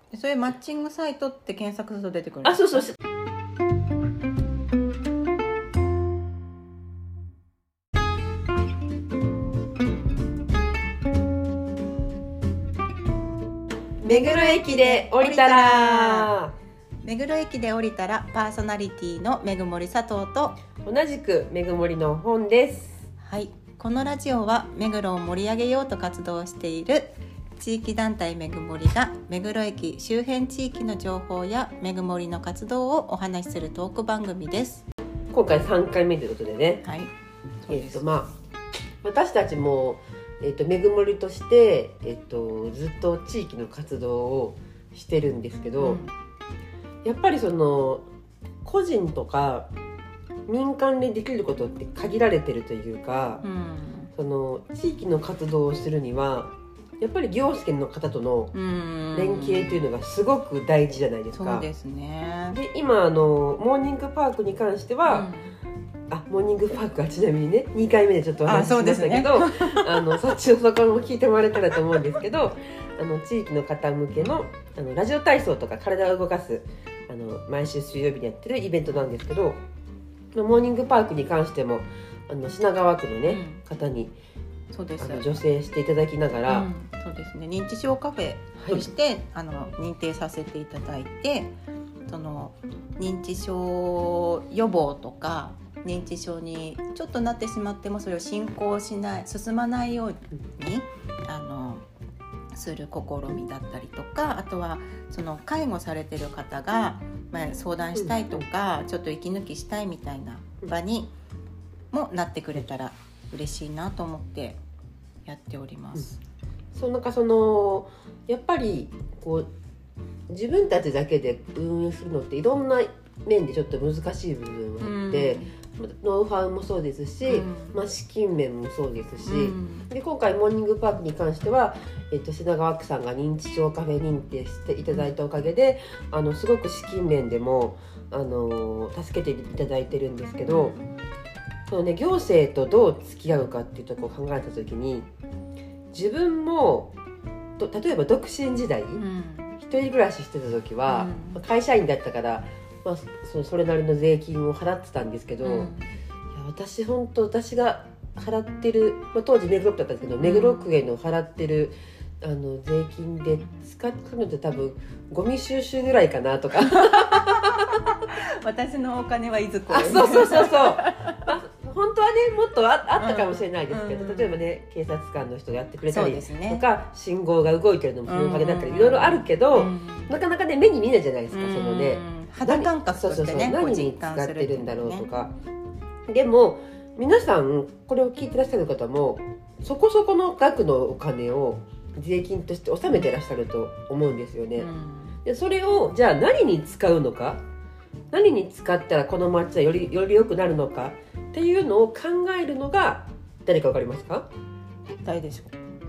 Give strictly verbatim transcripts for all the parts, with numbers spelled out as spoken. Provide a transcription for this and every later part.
それマッチングサイトって検索すると出てくるんであ、 すか？ そうそう。目黒駅で降りたら、 目黒駅で降りたらパーソナリティのめぐもり佐藤と、 同じくめぐもりの本です。 はい、このラジオは目黒を盛り上げようと活動している地域団体めぐもりが目黒駅周辺地域の情報やめぐもりの活動をお話しするトーク番組です。 今回さんかいめということでね、 はい、そうです。 えっとまあ私たちもえっと、めぐもりとして、えっと、ずっと地域の活動をしてるんですけど、うん、やっぱりその個人とか民間でできることって限られてるというか、うん、その地域の活動をするにはやっぱり行政の方との連携というのがすごく大事じゃないですか。 そうですね。 で今あのモーニングパークに関しては、うんあモーニングパークはちなみにねにかいめでちょっとお話ししましたけど、 あ、ね、あのそっちのそこも聞いてもらえたらと思うんですけどあの地域の方向け の, あのラジオ体操とか体を動かすあの毎週水曜日にやってるイベントなんですけど、モーニングパークに関してもあの品川区の、ねうん、方にそうですあの助成していただきながら、うん、 そうですね、認知症カフェとして、はい、あの認定させていただいて、その認知症予防とか認知症にちょっとなってしまってもそれを進行しない進まないようにあのする試みだったりとか、あとはその介護されてる方が、まあ、相談したいとか、うん、ちょっと息抜きしたいみたいな場にもなってくれたら嬉しいなと思ってやっております、 うん、そうなんかそのやっぱりこう自分たちだけで運営するのっていろんな面でちょっと難しい部分があって、うん、ノウハウもそうですし、うんまあ、資金面もそうですし、うん、で今回モーニングパークに関しては、えっと、品川区さんが認知症カフェ認定していただいたおかげであのすごく資金面でもあの助けていただいてるんですけど、その、ね、行政とどう付き合うかっていうところを考えた時に、自分も例えば独身時代、うん、一人暮らししてた時は、うん、会社員だったからまあ、そ, それなりの税金を払ってたんですけど、うん、いや私本当私が払ってる、まあ、当時目黒区だったんですけど、うん、目黒区への払ってるあの税金で使ってるのって多分ゴミ収集ぐらいかなとか私のお金はいずこあそうそうそうそう、まあ、本当はねもっと あ, あったかもしれないですけど、うん、例えばね警察官の人がやってくれたりとか、ね、信号が動いてるのもそのおかげだったりいろいろあるけど、うん、なかなかね目に見ないじゃないですか、うん、そのね肌感覚としてね、 何に使ってるんだろうとか、でも皆さんこれを聞いてらっしゃる方もそこそこの額のお金を税金として納めてらっしゃると思うんですよね、うん、でそれをじゃあ何に使うのか、何に使ったらこの街はよりより良くなるのかっていうのを考えるのが誰か分かりますか？ 誰でしょ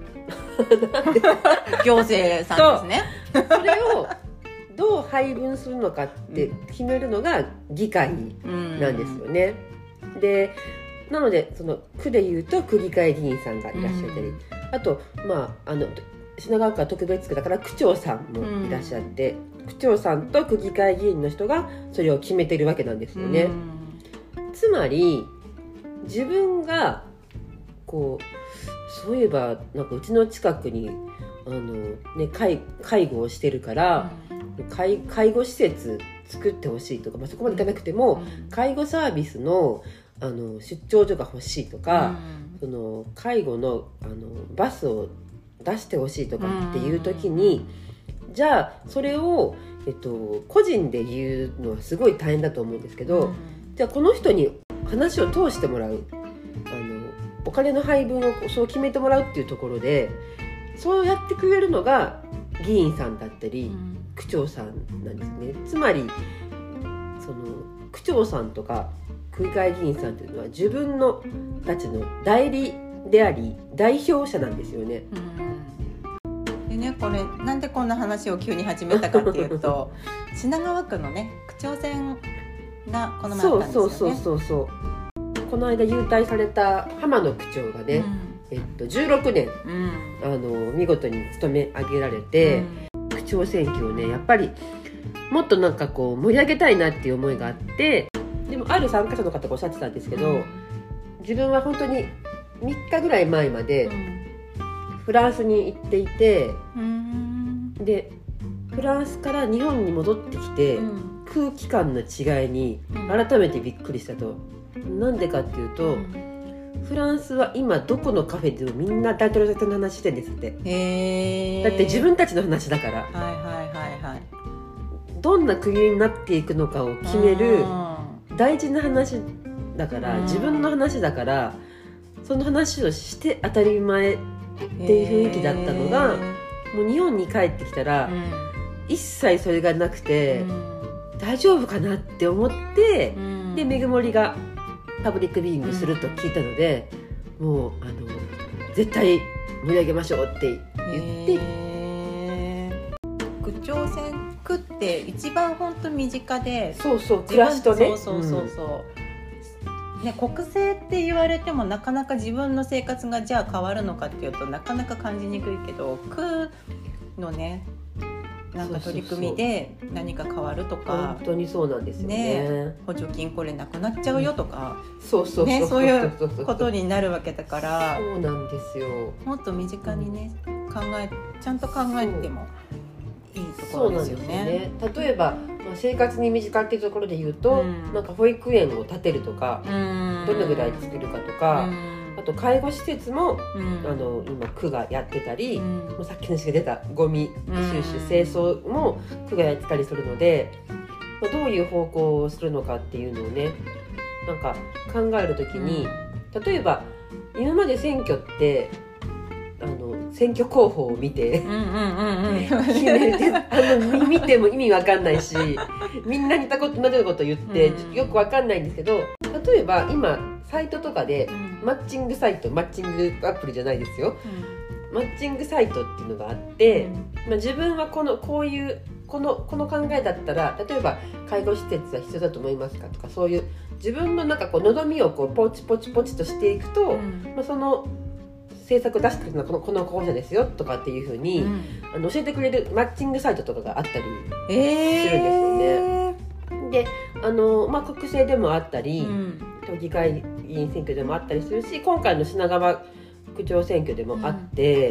う行政さんですね。 それをどう配分するのかって決めるのが議会なんですよね、うん、でなのでその区でいうと区議会議員さんがいらっしゃったり、うん、あと、まあ、あの品川区は特別区だから区長さんもいらっしゃって、うん、区長さんと区議会議員の人がそれを決めてるわけなんですよね、うん、つまり自分がこうそういえばなんかうちの近くにあの、ね、介, 介護をしてるから、うん介, 介護施設作ってほしいとか、まあ、そこまでいかなくても、うん、介護サービス の, あの出張所が欲しいとか、うん、その介護 の, あのバスを出してほしいとかっていう時に、うん、じゃあそれを、えっと、個人で言うのはすごい大変だと思うんですけど、うん、じゃあこの人に話を通してもらう、あのお金の配分をそう決めてもらうっていうところでそうやってくれるのが議員さんだったり、うん区長さんなんですね。つまりその区長さんとか区議会議員さんというのは自分のたちの代理であり代表者なんですよね。 うんでねこれなんでこんな話を急に始めたかっていうと品川区のね区長選がこの前あったんですよね。 そうそうそうそうこの間優待された浜野区長がね、うんえっと、じゅうろくねん、うん、あの見事に務め上げられて、うん区長選挙をねやっぱりもっとなんかこう盛り上げたいなっていう思いがあって、でもある参加者の方がおっしゃってたんですけど、うん、自分は本当にみっかぐらい前までフランスに行っていて、うん、でフランスから日本に戻ってきて、うん、空気感の違いに改めてびっくりしたと。なんでかっていうと、うん、フランスは今どこのカフェでもみんな大統領選の話してるんですって。へー。だって自分たちの話だから、はいはいはいはい、どんな国になっていくのかを決める大事な話だから、自分の話だからその話をして当たり前っていう雰囲気だったのが、もう日本に帰ってきたら、うん、一切それがなくて、うん、大丈夫かなって思って、うん、でめぐもりがパブリックビューイングすると聞いたので、うん、もうあの絶対盛り上げましょうって言って、 区長選区って一番本当身近で、 そうそう暮らしとね、 そうそうそうそう、うんね、国政って言われてもなかなか自分の生活がじゃあ変わるのかっていうとなかなか感じにくいけど、区のねなんか取り組みで何か変わるとか、 本当にそうなんですよ ね, ね補助金これなくなっちゃうよとか、 うん、そうそうそう、 ね、そういうことになるわけだから、 そうなんですよ。 もっと身近にね考えちゃんと考えてもいいところですよね。 そうなんですよね。例えば、まあ、生活に身近っていうところで言うと、うん、なんか保育園を建てるとか、うん、どのぐらい作るかとか、うん、あと介護施設も、うん、あの今区がやってたり、うん、もうさっきの話が出たゴミ収集、うん、清掃も区がやってたりするので、まあ、どういう方向をするのかっていうのをねなんか考えるときに、うん、例えば今まで選挙ってあの選挙候補を見て見ても意味わかんないし、みんな似たこと同じようなこと言って、うん、よくわかんないんですけど、例えば今サイトとかでマッチングサイト、マッチングアプリじゃないですよ、うん、マッチングサイトっていうのがあって、うんまあ、自分はこのこういうこのこの考えだったら、例えば介護施設は必要だと思いますかとか、そういう自分のなんかこう望みをこうポチポチポチとしていくと、うんまあ、その政策出してくれるのはこのこの候補者ですよとかっていう風に、うん、あの教えてくれるマッチングサイトとかがあったりするんですよね。えー、であの、まあ、国政でもあったり、うん、都議会議員選挙でもあったりするし、今回の品川区長選挙でもあって、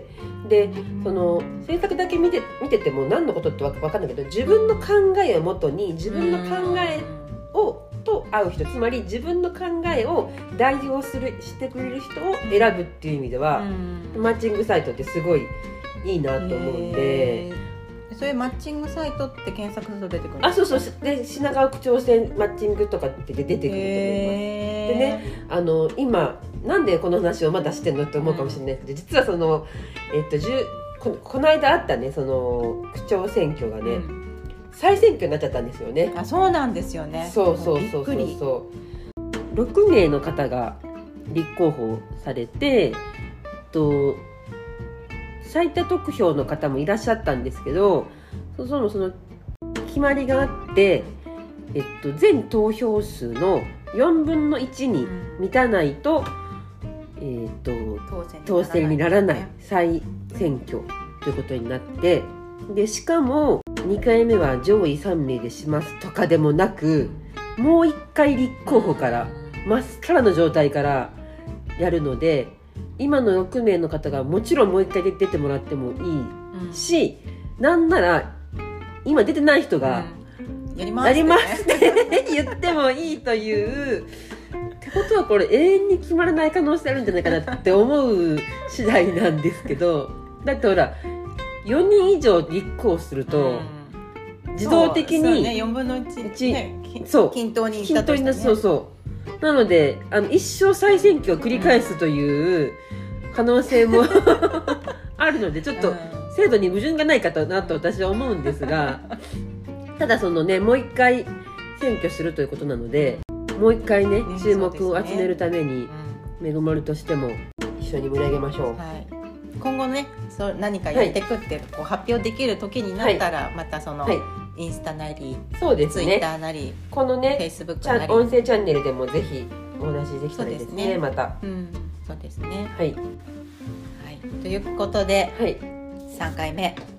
うん、でその政策だけ見て、見てても何のことって分かんないけど、自分の考えをもとに自分の考えをと合う人、つまり自分の考えを代表するしてくれる人を選ぶっていう意味では、うん、マッチングサイトってすごいいいなと思うんで、 そういうマッチングサイトって検索すると出てくるんですか？ あ、そうそうで品川区長選マッチングとかって出てくると思います。でね、あの今なんでこの話をまだしてんのって思うかもしれないですけど、うん、実はその、えっと、こ, この間あったねその区長選挙がね、うん再選挙になっちゃったんですよね。 あ、そうなんですよね。 そうそうそうそうそうろくめいの方が立候補されて、と最多得票の方もいらっしゃったんですけど、そのその決まりがあって、えっと、全投票数のよんぶんのいちに満たないと、うん、えっと当選にならない再選挙ということになって、でしかもにかいめは上位さんめいでしますとかでもなく、もういっかい立候補からまっさらの状態からやるので、今のろくめいの方がもちろんもういっかい出てもらってもいいし、うん、なんなら今出てない人が、 うん、やりますって言ってもいいというってことは、これ永遠に決まらない可能性あるんじゃないかなって思う次第なんですけど、だってほらよにん以上立候補すると、うん、自動的に、 ね、よんぶんのいち、ね、 そう均等にしたとしてね、 そうそうなのであの一生再選挙を繰り返すという可能性もあるので、ちょっと制度に矛盾がないかなと私は思うんですが、ただそのねもう一回選挙するということなので、もう一回ね注目を集めるために、めぐもりとしても一緒に盛り上げましょう。 はい、今後ねそう何かやっていくってこう発表できる時になったら、はい、またその、はい、インスタなり、 そうですね、 ツイッターなり、 このねフェイスブックなり音声チャンネルでもぜひお話できたらいいですね。ですねまた、 うん、そうですね。 はい、 はい、ということで、 はい、 さんかいめ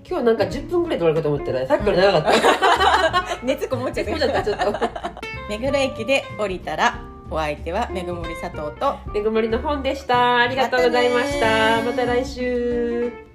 今日なんかじゅっぷんぐらいで終わるかと思ったらさっきから長かった、 うん、熱こもっちゃっそうだったちょっと目黒駅で降りたらお相手はめぐもり佐藤とめぐもりの本でした。ありがとうございました。 またねーまた来週。